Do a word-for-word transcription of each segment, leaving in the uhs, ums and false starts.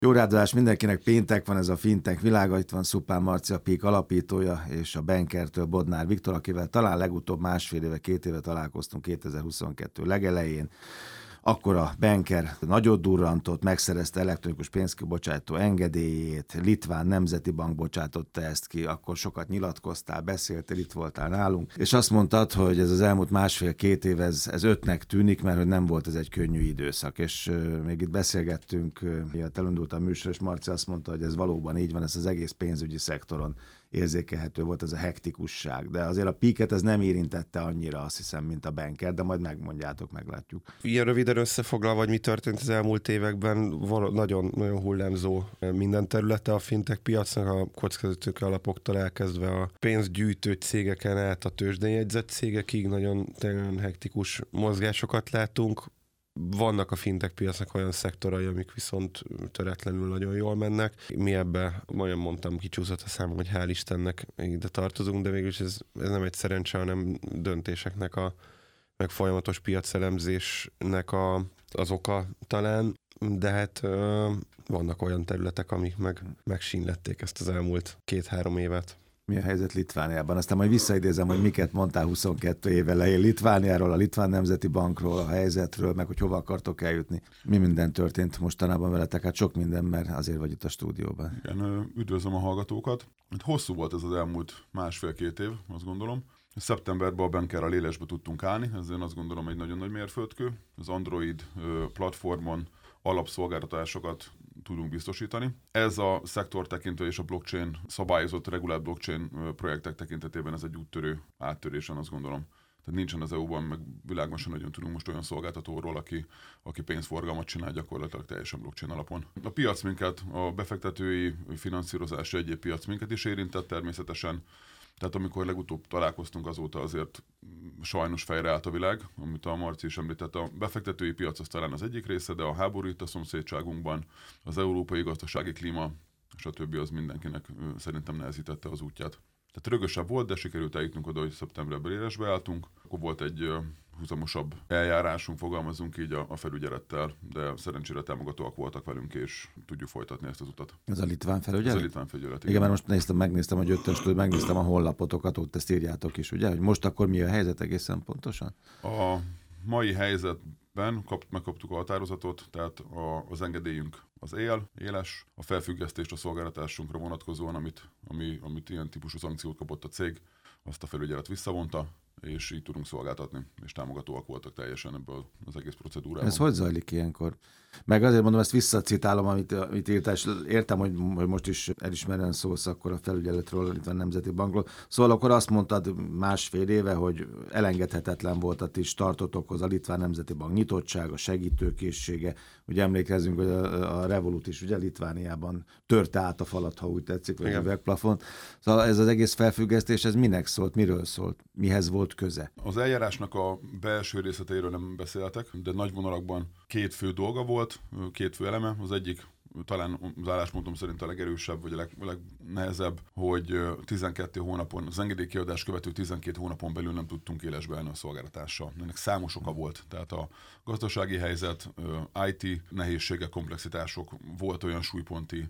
Jó ráadás mindenkinek, péntek van, ez a fintech világa, itt van Szupán Marci, a Peak alapítója, és a Bankertől Bodnár Viktor, akivel talán legutóbb másfél éve, két éve találkoztunk kétezer-huszonkettő legelején. Akkor a Banker nagyot durrantott, megszerezte elektronikus pénzkibocsátó engedélyét, Litván Nemzeti Bank bocsátotta ezt ki, akkor sokat nyilatkoztál, beszéltél, itt voltál nálunk, és azt mondtad, hogy ez az elmúlt másfél-két év, ez, ez ötnek tűnik, mert hogy nem volt ez egy könnyű időszak, és uh, még itt beszélgettünk, uh, miatt elindult a műsor, és Marci azt mondta, hogy ez valóban így van, ez az egész pénzügyi szektoron érzékelhető volt ez a hektikusság, de azért a Peaket ez nem érintette annyira, azt hiszem, mint a Banker, de majd megmondjátok, meglátjuk. Ilyen röviden összefoglalva, hogy mi történt az elmúlt években, nagyon, nagyon hullámzó minden területe a fintech piacnak, a kockázatőke alapoktól elkezdve a pénzgyűjtő cégeken át a tőzsdén jegyzett cégekig nagyon, nagyon hektikus mozgásokat látunk. Vannak a fintech piacnak olyan szektorai, amik viszont töretlenül nagyon jól mennek. Mi ebbe, olyan mondtam, kicsúszott a számom, hogy hál' Istennek ide tartozunk, de végülis ez, ez nem egy szerencse, hanem döntéseknek a meg folyamatos piacelemzésnek a, az oka talán, de hát ö, vannak olyan területek, amik meg megsínlették ezt az elmúlt két-három évet. Mi a helyzet Litvániában? Aztán majd visszaidézem, hogy miket mondtál huszonkettő év elején Litvániáról, a Litván Nemzeti Bankról, a helyzetről, meg hogy hova akartok eljutni. Mi minden történt mostanában veletek? Hát sok minden, mert azért vagy itt a stúdióban. Igen, üdvözlöm a hallgatókat. Hosszú volt ez az elmúlt másfél-két év, azt gondolom. Szeptemberben a Bankerrel élesbe tudtunk állni, ez én azt gondolom egy nagyon nagy mérföldkő. Az Android platformon alapszolgáltatásokat tudunk biztosítani. Ez a szektor tekintve és a blockchain szabályozott, regulált blockchain projektek tekintetében ez egy úttörő áttörésen, azt gondolom. Tehát nincsen az é u-ban, meg világban sem nagyon tudunk most olyan szolgáltatóról, aki, aki pénzforgalmat csinál gyakorlatilag teljesen blockchain alapon. A piac minket, a befektetői, finanszírozási egyéb piac minket is érintett természetesen. Tehát amikor legutóbb találkoztunk, azóta azért sajnos fejreállt a világ, amit a Marci is említett. A befektetői piac az talán az egyik része, de a háború itt a szomszédságunkban, az európai gazdasági klíma, stb. Az mindenkinek szerintem nehezítette az útját. Tehát rögösebb volt, de sikerült eljutnunk oda, hogy szeptemberben élesbe álltunk. Akkor volt egy uh, húzamosabb eljárásunk, fogalmazunk így a, a felügyelettel, de szerencsére támogatóak voltak velünk, és tudjuk folytatni ezt az utat. Ez a litván felügyelet? Ez a litván felügyelet, igen. Igen, mert most néztem, megnéztem, hogy ötöstől, megnéztem a honlapotokat, ott ezt írjátok is, ugye? Hogy most akkor mi a helyzet egészen pontosan? A mai helyzetben kap, megkaptuk a határozatot, tehát a, az engedélyünk az él, éles, a felfüggesztést a szolgáltatásunkra vonatkozóan, amit, ami, amit ilyen típusú szankciót kapott a cég, azt a felügyelet visszavonta, és így tudunk szolgáltatni, és támogatóak voltak teljesen ebből az egész procedúrában. Ez hogy zajlik ilyenkor? Meg azért mondom, ezt visszacitálom, amit, amit írtál, és értem, hogy, hogy most is elismerően szólsz akkor a felügyeletről, itt a Nemzeti Bankról. Szóval akkor azt mondtad másfél éve, hogy elengedhetetlen volt a ti startotokhoz a Litván Nemzeti Bank nyitottsága, segítőkészsége. Ugye emlékezzünk, hogy a, a Revolut is ugye Litvániában törte át a falat, ha úgy tetszik, vagy a üvegplafont. Szóval ez az egész felfüggesztés, ez minek szólt, miről szólt, mihez volt köze? Az eljárásnak a belső részleteiről nem beszéltek, de nagy vonalakban két fő dolga volt, két fő eleme. Az egyik talán az álláspontom szerint a legerősebb, vagy a leg, legnehezebb, hogy tizenkét hónapon, az engedélykiadás követő tizenkét hónapon belül nem tudtunk élesbe állni a szolgáltatással. Ennek számos oka volt. Tehát a gazdasági helyzet, i té nehézségek, komplexitások, volt olyan súlyponti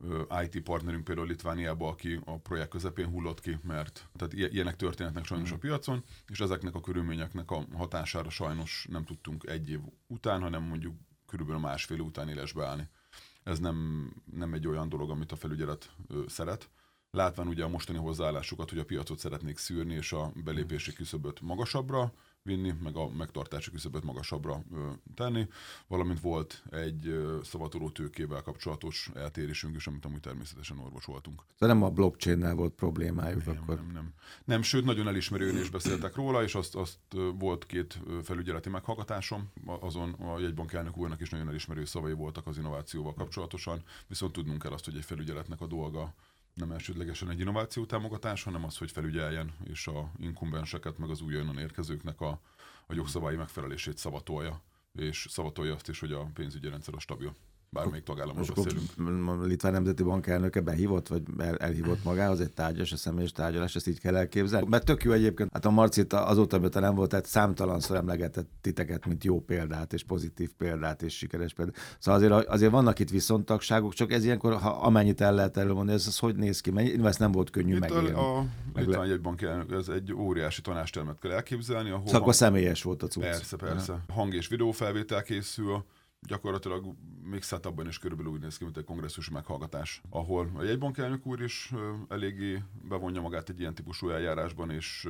i té partnerünk például Litvániában, aki a projekt közepén hullott ki, mert tehát ilyenek történhetnek sajnos a piacon, és ezeknek a körülményeknek a hatására sajnos nem tudtunk egy év után, hanem mondjuk körülbelül másfél után élesbe állni. Ez nem, nem egy olyan dolog, amit a felügyelet ö, szeret. Látván ugye a mostani hozzáállásukat, hogy a piacot szeretnék szűrni, és a belépési küszöböt magasabbra vinni, meg a megtartási küszöböt magasabbra ö, tenni, valamint volt egy ö, szavatoló tőkével kapcsolatos eltérésünk is, amit amúgy természetesen orvosoltunk. De nem a blockchain-nel volt problémájuk nem, akkor? Nem, nem. Nem, sőt, nagyon elismerően is beszéltek róla, és azt, azt volt két felügyeleti meghallgatásom, azon a jegybank elnök úrnak is nagyon elismerő szavai voltak az innovációval kapcsolatosan, viszont tudnunk kell azt, hogy egy felügyeletnek a dolga nem elsődlegesen egy innováció támogatás, hanem az, hogy felügyeljen, és a inkumbenseket, meg az újonnan érkezőknek a, a jogszabályi megfelelését szavatolja, és szavatolja azt is, hogy a pénzügyi rendszer a stabil. bármelyik tagállamról beszélünk. A Litván Nemzeti Bank elnöke behívott, vagy el, elhívott magához egy tárgyas, a személyes tárgyalás, ezt így kell elképzelni. Mert tök jó egyébként, hát a Marcit azóta, mióta nem volt, tehát számtalanszor emlegetett titeket, mint jó példát, és pozitív példát, és sikeres példát. Szóval azért, azért vannak itt viszontagságok, csak ez ilyenkor, ha amennyit el lehet erről mondani, ez az hogy néz ki? Mert ez nem volt könnyű megélni. A Litván Jegybank elnök, ez egy óriási tanástermet kell elképzelni. Ahol szóval akkor személyes volt a cucc. Persze, persze. Ja. Hang- és videófelvétel készül, gyakorlatilag még abban is körülbelül úgy néz ki, mint egy kongresszusi meghallgatás, ahol a jegybank elnök úr is eléggé bevonja magát egy ilyen típusú eljárásban, és,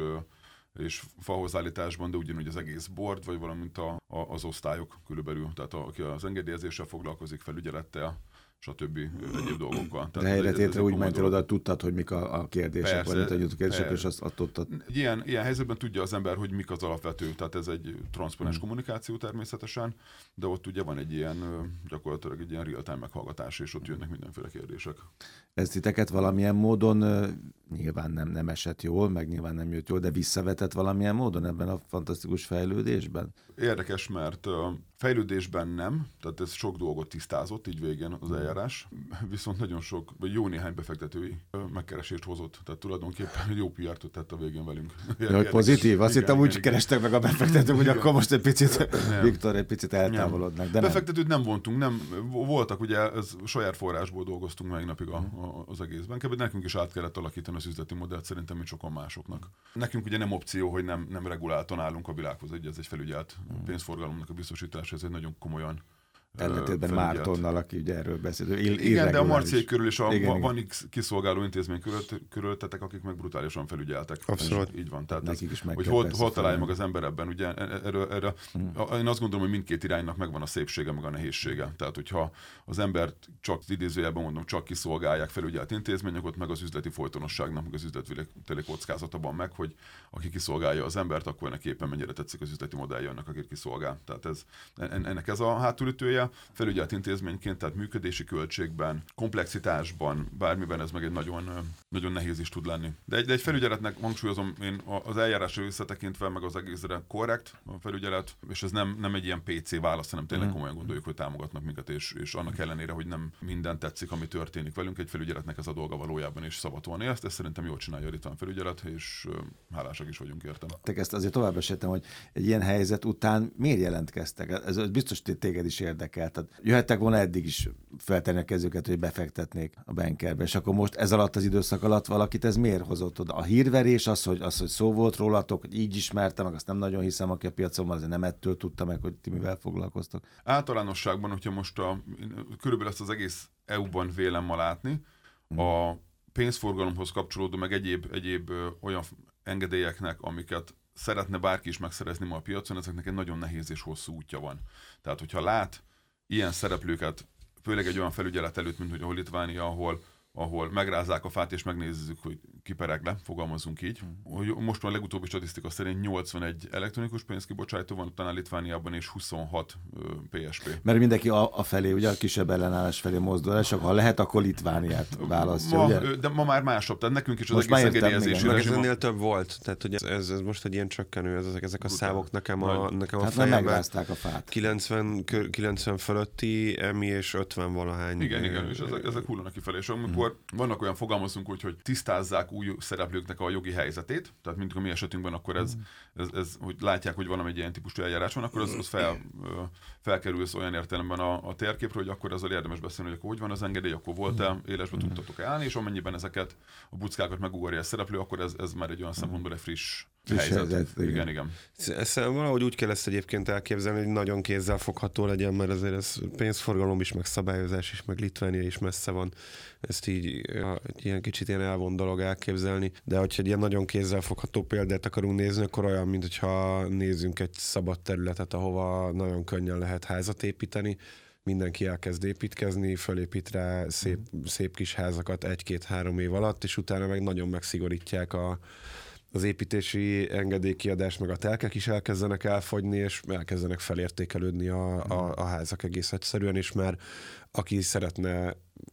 és falhozzállításban, de ugyanúgy az egész board, vagy valamint a, a, az osztályok körülbelül, tehát a, aki az engedélyezéssel foglalkozik, felügyelettel, stb. Egyéb dolgokkal. De helyre tétre úgy mentél oda, tudtad, hogy mik a, a kérdések, persze, vagy a kérdések, és azt, azt tudtad. Ilyen, ilyen helyzetben tudja az ember, hogy mik az alapvető, tehát ez egy transzparens hmm. kommunikáció természetesen, de ott ugye van egy ilyen, gyakorlatilag egy ilyen real-time meghallgatás, és ott jönnek mindenféle kérdések. Ez titeket valamilyen módon, nyilván nem, nem esett jól, meg nyilván nem jött jól, de visszavetett valamilyen módon ebben a fantasztikus fejlődésben? Érdekes, mert fejlődésben nem, tehát ez sok dolgot tisztázott így végén az eljárás, viszont nagyon sok, vagy jó néhány befektetői megkeresést hozott, tehát tulajdonképpen jó pé er-t tett a végén velünk. Ja, hogy pozitív? Azt hittem úgy kerestek meg a befektetők, hogy akkor most egy picit, nem. Viktor, egy picit eltávolodnak. De befektetőt nem vontunk, nem, voltak ugye, ez saját forrásból dolgoztunk meg napig a, a, az egészben, kb. Nekünk is át kellett alakítani az üzleti modellt, szerintem, mint sokan másoknak. Nekünk ugye nem opció, hogy nem, nem reguláltan állunk a világhoz, ugye ez egy felügyelt pénzforgalomnak a biztosítás, ez egy nagyon komolyan ellentétben Mártonnal, aki ugye erről beszél. Igen, de a Marciék körül is a, igen, van X kiszolgáló intézmény körültetek, akik meg brutálisan felügyeltek. Abszolút. Így van. Tehát nekik is meg hogy hol, hol találja meg az ember ebben. Ugye, erről, erről, hmm. Én azt gondolom, hogy mindkét iránynak megvan a szépsége, meg a nehézsége. Tehát, hogyha az embert csak idézőjelben mondom, csak kiszolgálják felügyelt intézmények, ott meg az üzleti folytonosságnak, meg az üzleti kockázata van meg, hogy aki kiszolgálja az embert, akkor neki éppen mennyire tetszik az üzleti modellje annak, akit kiszolgál. Tehát ez, ennek ez a hátulütője. Felügyelt intézményként, tehát működési költségben, komplexitásban, bármiben ez meg egy nagyon, nagyon nehéz is tud lenni. De egy, de egy felügyeletnek, hangsúlyozom, én az eljárásra visszatekintve, meg az egészre korrekt a felügyelet, és ez nem, nem egy ilyen pé cé válasz, hanem tényleg komolyan gondoljuk, hogy támogatnak minket, és, és annak ellenére, hogy nem minden tetszik, ami történik velünk, egy felügyeletnek ez a dolga valójában is szavatolni ezt, ezt szerintem jól csinálja a litván felügyelet, és hálásak is vagyunk értem. Te ezt azért tovább esettem, hogy egy ilyen helyzet után miért jelentkeztek? Ez, ez biztos téged is érdekel. Tehát jöhettek volna eddig is feltenni a kezüket, hogy befektetnék a bankerbe, és akkor most ez alatt az időszak alatt valakit ez miért hozott oda? A hírverés az, hogy, az, hogy szó volt rólatok, hogy így ismertem, meg azt nem nagyon hiszem, aki a piacon van, azért nem ettől tudta meg, hogy ti mivel foglalkoztok. Általánosságban, hogyha most a, körülbelül ezt az egész é u-ban vélem ma látni, hmm. a pénzforgalomhoz kapcsolódó, meg egyéb, egyéb ö, olyan engedélyeknek, amiket szeretne bárki is megszerezni ma a piacon, ezeknek egy nagyon nehéz és hosszú útja van. Tehát, hogyha lát ilyen szereplőket, főleg egy olyan felügyelet előtt, mint hogy a Litvánia, ahol, ahol megrázzák a fát, és megnézzük, hogy kipereg le, fogalmazunk így. Hogy most már a legutóbbi statisztika szerint nyolcvanegy elektronikus pénzkibocsátó van talán Litvániában, és huszonhat pé es pé. Mert mindenki a, a felé, ugye a kisebb ellenállás felé mozdul, és ha lehet, akkor Litvániát választja, ma, ugye? De ma már másabb, tehát nekünk is az most egész engedélyezési rezsim. Ennél több volt, tehát ugye ez, ez most egy ilyen csökkenő, ezek, ezek a számok nekem a, nekem a hát fejemben. Megrázták a fát. kilencven, kilencven fölötti emi és ötven valahány. Igen, igen, és ezek, ezek hullanak kifelé. És amikor mm. vannak olyan fogalmazunk úgy, hogy tisztázzák új szereplőknek a jogi helyzetét, tehát mint a mi esetünkben, akkor ez, ez, ez, hogy látják, hogy valami egy ilyen típusú eljárás van, akkor az, az fel, felkerülsz olyan értelemben a, a térképről, hogy akkor ezzel érdemes beszélni, hogy akkor hogy van az engedély, akkor volt-e, élesbe tudtatok állni, és amennyiben ezeket a buckákat megugorja a szereplő, akkor ez, ez már egy olyan szempontból egy friss helyzet. helyzet. Igen, igen. igen. Ezt valahogy úgy kell ezt egyébként elképzelni, hogy nagyon kézzelfogható legyen, mert azért ez pénzforgalom is, meg szabályozás is, meg Litvánia is messze van. Ezt így egy ilyen kicsit ilyen elvont dolog elképzelni, de hogyha egy ilyen nagyon kézzelfogható példát akarunk nézni, akkor olyan, mint hogyha nézzünk egy szabad területet, ahova nagyon könnyen lehet házat építeni, mindenki elkezd építkezni, fölépít rá szép, szép kis házakat egy-két-három év alatt, és utána meg nagyon megszigorítják a az építési engedélykiadás, meg a telkek is elkezdenek elfogyni, és elkezdenek felértékelődni a, a, a házak egész egyszerűen, és már aki szeretne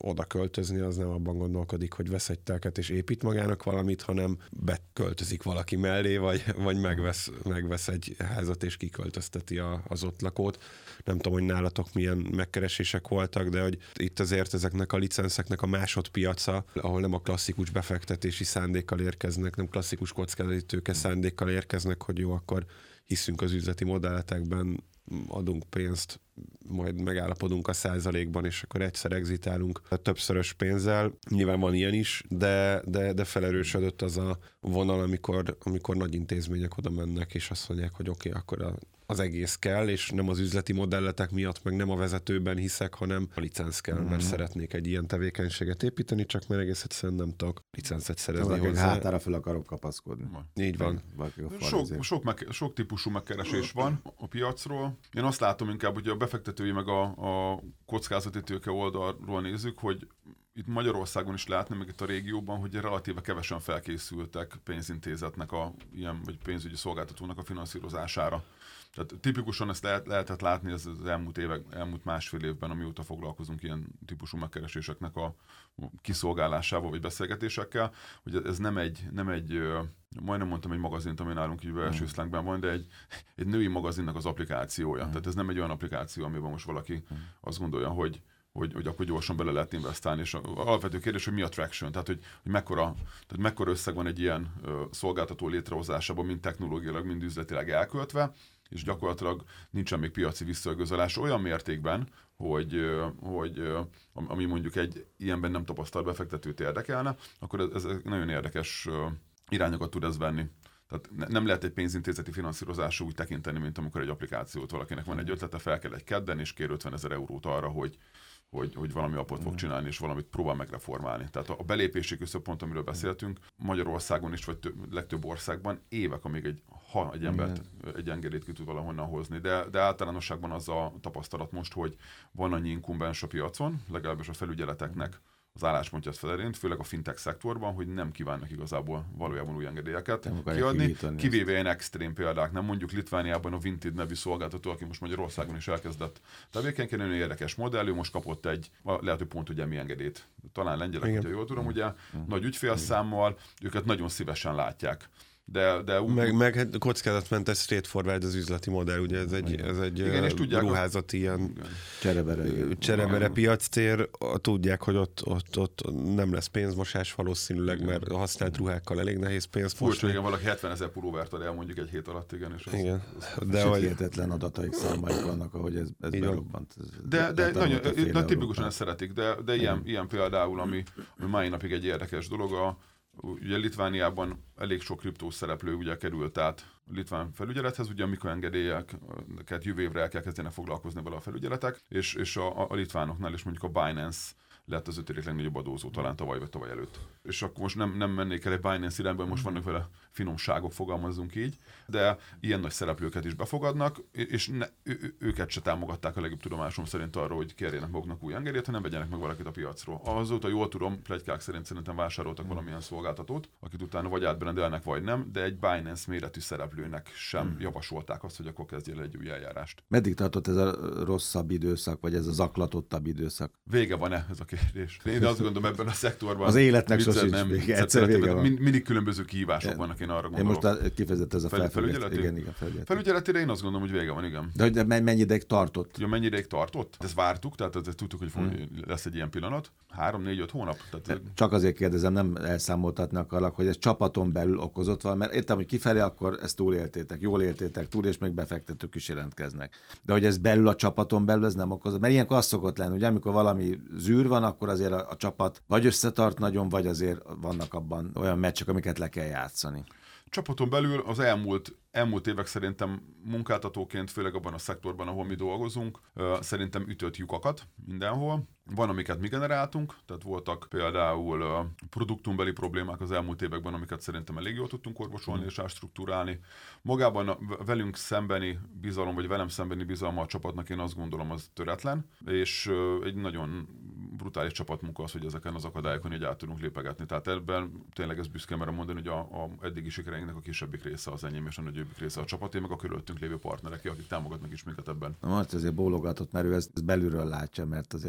oda költözni, az nem abban gondolkodik, hogy vesz egy telket és épít magának valamit, hanem beköltözik valaki mellé, vagy, vagy megvesz, megvesz egy házat és kiköltözteti a, az ott lakót. Nem tudom, hogy nálatok milyen megkeresések voltak, de hogy itt azért ezeknek a licenszeknek a másodpiaca, ahol nem a klasszikus befektetési szándékkal érkeznek, nem klasszikus kockázati tőke szándékkal érkeznek, hogy jó, akkor hiszünk az üzleti modelletekben, adunk pénzt, majd megállapodunk a százalékban, és akkor egyszer exitálunk a többszörös pénzzel. Nyilván van ilyen is, de, de, de felerősödött az a vonal, amikor, amikor nagy intézmények oda mennek, és azt mondják, hogy oké, okay, akkor a, az egész kell, és nem az üzleti modelletek miatt, meg nem a vezetőben hiszek, hanem a licenc kell, mm-hmm. mert szeretnék egy ilyen tevékenységet építeni, csak mert egész egyszerűen nem tudok licencet szerezni valaki hozzá. Hátára fel akarok kapaszkodni. Így van. Sok, sok, meg, sok típusú megkeresés van a piacról. Én azt látom inkább, hogy a befektetői meg a, a kockázati tőke oldalról nézzük, hogy itt Magyarországon is látni, meg itt a régióban, hogy relatíve kevesen felkészültek pénzintézetnek, a, ilyen, vagy pénzügyi szolgáltatónak a finanszírozására. Tehát tipikusan ezt lehet, lehetett látni az, az elmúlt évek, elmúlt másfél évben, amióta foglalkozunk ilyen típusú megkereséseknek a kiszolgálásával vagy beszélgetésekkel, hogy ez nem egy, nem egy majdnem mondtam egy magazint, ami nálunk így első szlángben van, de egy, egy női magazinnak az applikációja. Mm. Tehát ez nem egy olyan applikáció, amiben most valaki mm. azt gondolja, hogy Hogy, hogy akkor gyorsan bele lehet investálni, és alapvető kérdés, hogy mi a traction, tehát hogy, hogy mekkora, tehát mekkora összeg van egy ilyen uh, szolgáltató létrehozásában, mind technológiailag, mind üzletileg elköltve, és gyakorlatilag nincsen még piaci visszaigazolás olyan mértékben, hogy, uh, hogy uh, ami mondjuk egy ilyenben nem tapasztalt befektetőt érdekelne, akkor ez, ez nagyon érdekes uh, irányokat tud ez venni. Tehát nem lehet egy pénzintézeti finanszírozásra úgy tekinteni, mint amikor egy applikációt valakinek van egy ötlete, fel kell egy kedden, és kér ötvenezer eurót arra, hogy Hogy, hogy valami appot fog csinálni, és valamit próbál megreformálni. Tehát a belépési küszöbbpont, amiről beszéltünk, Magyarországon is, vagy több, legtöbb országban évek, amíg egy, ha egy embert, egy engedélyt ki tud valahonnan hozni. De, de általánosságban az a tapasztalat most, hogy van annyi inkumbens a piacon, legalábbis a felügyeleteknek az álláspontja szerint, főleg a fintech szektorban, hogy nem kívánnak igazából valójában új engedélyeket kiadni, kivéve ilyen extrém példák. Nem mondjuk Litvániában a Vinted nevű szolgáltató, aki most Magyarországon is elkezdett tevékenykedni, nagyon érdekes modell, ő most kapott egy, lehet, hogy pont ugye mi engedélyt. Talán lengyelek, hogyha jól tudom, ugye, igen. Nagy ügyfélszámmal, őket nagyon szívesen látják. De, de úgy, meg, meg kockázatmentes straightforward az üzleti modell, ugye ez egy, ez egy igen, és tudják, ruházati ilyen cserebere, cserebere piactér, tudják, hogy ott, ott, ott nem lesz pénzmosás valószínűleg, igen. mert a használt ruhákkal elég nehéz pénzt mosni. Furcsa, igen, valaki hetvenezer pulóvert ad el mondjuk egy hét alatt, igen. És igen. Az, de hogy hihetetlen adataik, számaik vannak, ahogy ez, ez berobbant. De, de, de nagyon, de tipikusan ezt szeretik, de, de ilyen, ilyen például, ami, ami mai napig egy érdekes dolog, a ugye Litvániában elég sok kriptós szereplő ugye került át litván felügyelethez, ugye a mikroengedélyeket jövő évre el kell kezdeni foglalkozni vele a felügyeletek, és, és a, a litvánoknál is mondjuk a Binance lett az ötödik legnagyobb adózó, talán tavaly vagy tavaly előtt. És akkor most nem, nem mennék el egy Binance irányba, most vannak vele finomságok, fogalmazzunk így, de ilyen nagy szereplőket is befogadnak, és ne, ő, őket se támogatták a legjobb tudomásom szerint arra, hogy kérjenek maguknak új engedélyt, hanem vegyenek meg valakit a piacról. Azóta jól tudom, pletykák szerint szerintem vásároltak valamilyen szolgáltatót, akit utána vagy átbrendelnek, vagy nem, de egy Binance méretű szereplőnek sem hmm. javasolták azt, hogy akkor kezdjél egy új eljárást. Meddig tartott ez a rosszabb időszak, vagy ez a zaklatottabb időszak? Vége van-e ez a kérdés? Én azt gondolom, ebben a szektorban az életnek sosincs vége, egyszer vége van. Mindig különböző kihívások igen. vannak, én arra gondolom. Én most kifejezett ez a fel, felügyeleti? Igen, igen, felügyeleti. Felügyeletére én azt gondolom, hogy vége van, igen. De hogy mennyi ideig tartott? Ja, mennyi ideig tartott? Ezt vártuk, tehát ezt tudtuk, hogy hmm. lesz egy ilyen pillanat. Három, négy, öt hónap? Tehát... Csak azért kérdezem, nem elszámoltatni akarlak, hogy ez csapaton belül okozott van, mert értem, hogy kifelé akkor ezt túléltétek, jól éltétek túl, és még befektetők is jelentkeznek. De hogy ez belül a csapaton belül ez nem okozott, mert ilyenkor az szokott lenni, hogy amikor valami zűr van, akkor azért a, a csapat vagy összetart nagyon, vagy azért vannak abban olyan meccsek, amiket le kell játszani. Csapaton belül az elmúlt, elmúlt évek szerintem munkáltatóként, főleg abban a szektorban, ahol mi dolgozunk, szerintem ütött lyukakat mindenhol. Van, amiket mi generáltunk, tehát voltak például produktumbeli problémák az elmúlt években, amiket szerintem elég jól tudtunk orvosolni mm. és átstruktúrálni. Magában a velünk szembeni bizalom, vagy velem szembeni bizalma a csapatnak én azt gondolom az töretlen, és egy nagyon brutális csapatmunka az, hogy ezeken az akadályokon így át tudunk lépegetni. Tehát ebben tényleg ez büszke merem mondani, hogy a, a eddigi sikereinknek a kisebbik része az enyém, és a nagyobbik része a csapaté, meg a körülöttünk lévő partnerek, akik támogatnak is minket ebben. Na, Marci azért bólogatott, mert ő ezt belülről látja, mert azért nagy cég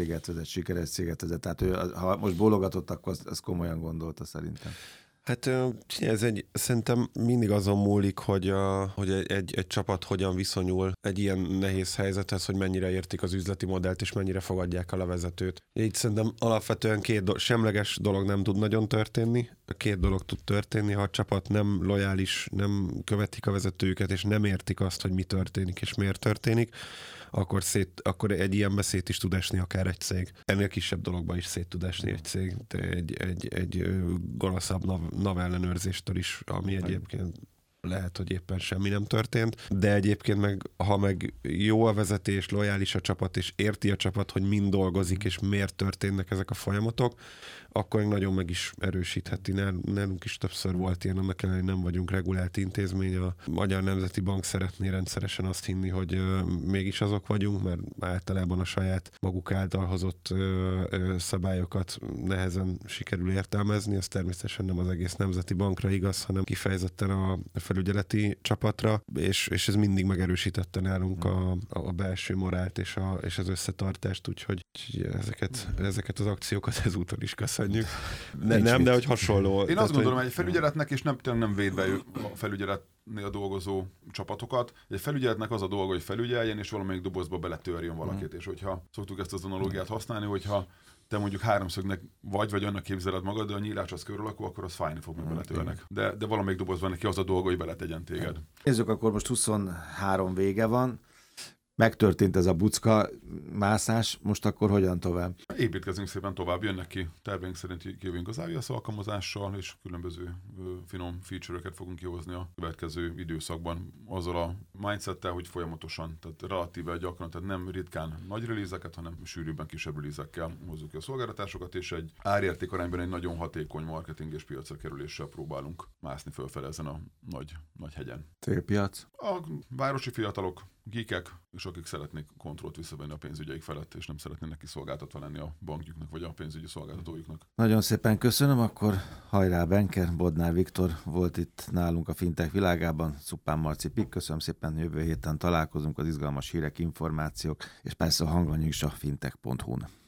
céget vezet, sikeres céget vezet. Tehát ő, ha most bólogatott, akkor azt, azt komolyan gondolta szerintem. Hát ez egy, szerintem mindig azon múlik, hogy, a, hogy egy, egy, egy csapat hogyan viszonyul egy ilyen nehéz helyzethez, hogy mennyire értik az üzleti modellt, és mennyire fogadják el a vezetőt. Így szerintem alapvetően két do- semleges dolog nem tud nagyon történni. Két dolog tud történni, ha a csapat nem lojális, nem követik a vezetőjüket, és nem értik azt, hogy mi történik, és miért történik, akkor, szét, akkor egy ilyenbe szét is tud esni akár egy cég. Ennél kisebb dologban is szét tud esni egy cég, de egy, egy, egy gonoszabb nav, nav ellenőrzéstől is, ami egyébként lehet, hogy éppen semmi nem történt, de egyébként meg, ha meg jó a vezetés, lojális a csapat, és érti a csapat, hogy mind dolgozik, és miért történnek ezek a folyamatok, akkor nagyon meg is erősítheti. Nálunk is többször volt ilyen, annak ellenére nem vagyunk regulált intézmény. A Magyar Nemzeti Bank szeretné rendszeresen azt hinni, hogy ö, mégis azok vagyunk, mert általában a saját maguk által hozott ö, ö, szabályokat nehezen sikerül értelmezni. Ez természetesen nem az egész Nemzeti Bankra igaz, hanem kifejezetten a felügyeleti csapatra, és, és ez mindig megerősítette nálunk a, a belső morált és, a, és az összetartást, úgyhogy ezeket, ezeket az akciókat ezúton is köszönjük. Ne, nem, de hogy hasonló. Én azt gondolom, hogy egy felügyeletnek, és nem, nem védve a felügyeletnél dolgozó csapatokat, egy felügyeletnek az a dolga, hogy felügyeljen, és valamelyik dobozba beletörjön valakit. Mm. És hogyha szoktuk ezt az analógiát használni, hogyha te mondjuk háromszögnek vagy, vagy annak képzeled magad, de a nyílás az körülakó, akkor az fájni fog, hogy beletörnek. De, de valamelyik dobozban neki az a dolga, hogy beletegyen téged. Nézzük, akkor most huszonhárom vége van. Megtörtént ez a bucka mászás, most akkor hogyan tovább? Építkezünk szépen tovább, jönnek ki, terveink szerint jövünk az iOS alkalmazással, és különböző ö, finom feature-öket fogunk kihozni a következő időszakban azzal a mindsettel, hogy folyamatosan, tehát relatíve gyakran, tehát nem ritkán nagy release-eket, hanem sűrűbben kisebb release-ekkel hozzuk ki a szolgáltatásokat, és egy árérték arányban egy nagyon hatékony marketing és piacra kerüléssel próbálunk mászni fölfele ezen a nagy, nagy hegyen. Célpiac? A városi fiatalok, geekek, és akik szeretnék kontrollt visszavenni a pénzügyeik felett, és nem szeretnének kiszolgáltatva lenni a bankjuknak, vagy a pénzügyi szolgáltatójuknak. Nagyon szépen köszönöm, akkor hajrá Benker, Bodnár Viktor volt itt nálunk a fintech világában, Cupán Marci Pik, köszönöm szépen, jövő héten találkozunk, az izgalmas hírek, információk, és persze a hanganyag is a fintech pont hu-n.